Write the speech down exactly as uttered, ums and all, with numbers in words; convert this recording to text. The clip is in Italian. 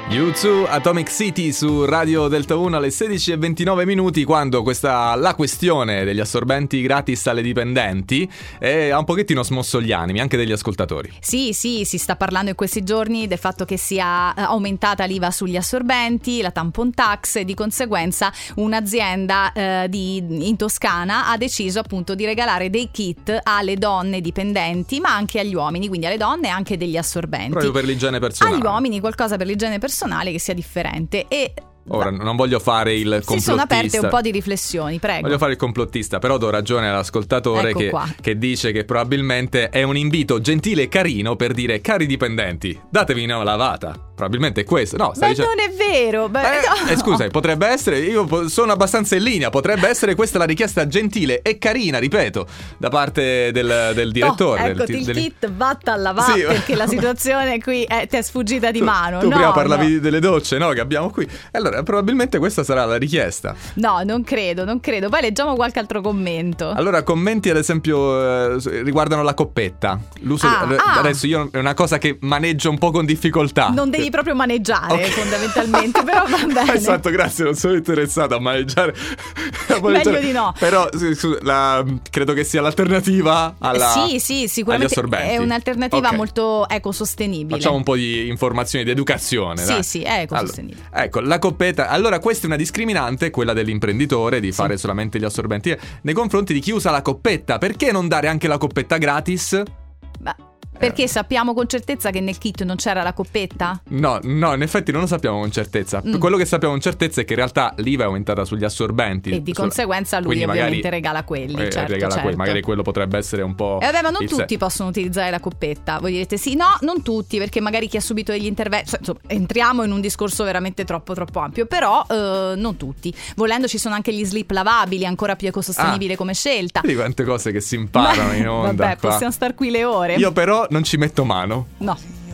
U due Atomic City su Radio Delta uno alle sedici e ventinove minuti, quando questa la questione degli assorbenti gratis alle dipendenti è, ha un pochettino smosso gli animi anche degli ascoltatori. Sì, sì, si sta parlando in questi giorni del fatto che sia aumentata l'I V A sugli assorbenti, la tampon tax, e di conseguenza un'azienda eh, di, in Toscana ha deciso appunto di regalare dei kit alle donne dipendenti, ma anche agli uomini, quindi alle donne anche degli assorbenti. Proprio per l'igiene personale. Agli uomini qualcosa per l'igiene personale che sia differente. E ora non voglio fare il complottista. Si sono aperte un po' di riflessioni, prego. Voglio fare il complottista, però do ragione all'ascoltatore ecco che, che dice che probabilmente è un invito gentile e carino per dire: cari dipendenti, datevi una lavata. Probabilmente è questo. No, stai ma dicendo... non è vero. Beh, eh, no. eh, scusa, potrebbe essere, io sono abbastanza in linea, potrebbe essere questa la richiesta gentile e carina, ripeto, da parte del, del direttore. No, eccoti del, il del... kit vatta a lavare, sì, perché la situazione qui è, ti è sfuggita di mano. Tu no, prima parlavi no. delle docce, no, che abbiamo qui. Allora, probabilmente questa sarà la richiesta. No, non credo, non credo. Poi leggiamo qualche altro commento. Allora, commenti ad esempio eh, riguardano la coppetta. L'uso ah, di... ah. Adesso io è una cosa che maneggio un po' con difficoltà. Non devi proprio maneggiare, okay. Fondamentalmente, però va bene. Esatto, grazie, non sono interessato a maneggiare. a maneggiare. Meglio di no. Però la, credo che sia l'alternativa alla, sì, sì, sicuramente è un'alternativa okay. molto ecosostenibile. Facciamo un po' di informazioni, di educazione. Sì, dai. sì, è ecosostenibile. Allora, ecco, la coppetta. Allora, questa è una discriminante, quella dell'imprenditore, di sì. fare solamente gli assorbenti nei confronti di chi usa la coppetta. Perché non dare anche la coppetta gratis? Beh, perché eh. sappiamo con certezza che nel kit non c'era la coppetta? No, no, in effetti non lo sappiamo con certezza. Mm. Quello che sappiamo con certezza è che in realtà l'I V A è aumentata sugli assorbenti. E di Sulla... conseguenza lui Quindi ovviamente magari... regala quelli, eh, certo, regala certo. quelli. Magari quello potrebbe essere un po'... E vabbè, ma non tutti se... possono utilizzare la coppetta. Voi direte sì, no, non tutti, perché magari chi ha subito degli interventi... Insomma, entriamo in un discorso veramente troppo troppo ampio. Però eh, non tutti. Volendo ci sono anche gli slip lavabili, ancora più ecosostenibile ah. come scelta. Vedi quante cose che si imparano in onda. Vabbè, qua. Possiamo star qui le ore. Io però non ci metto mano. No.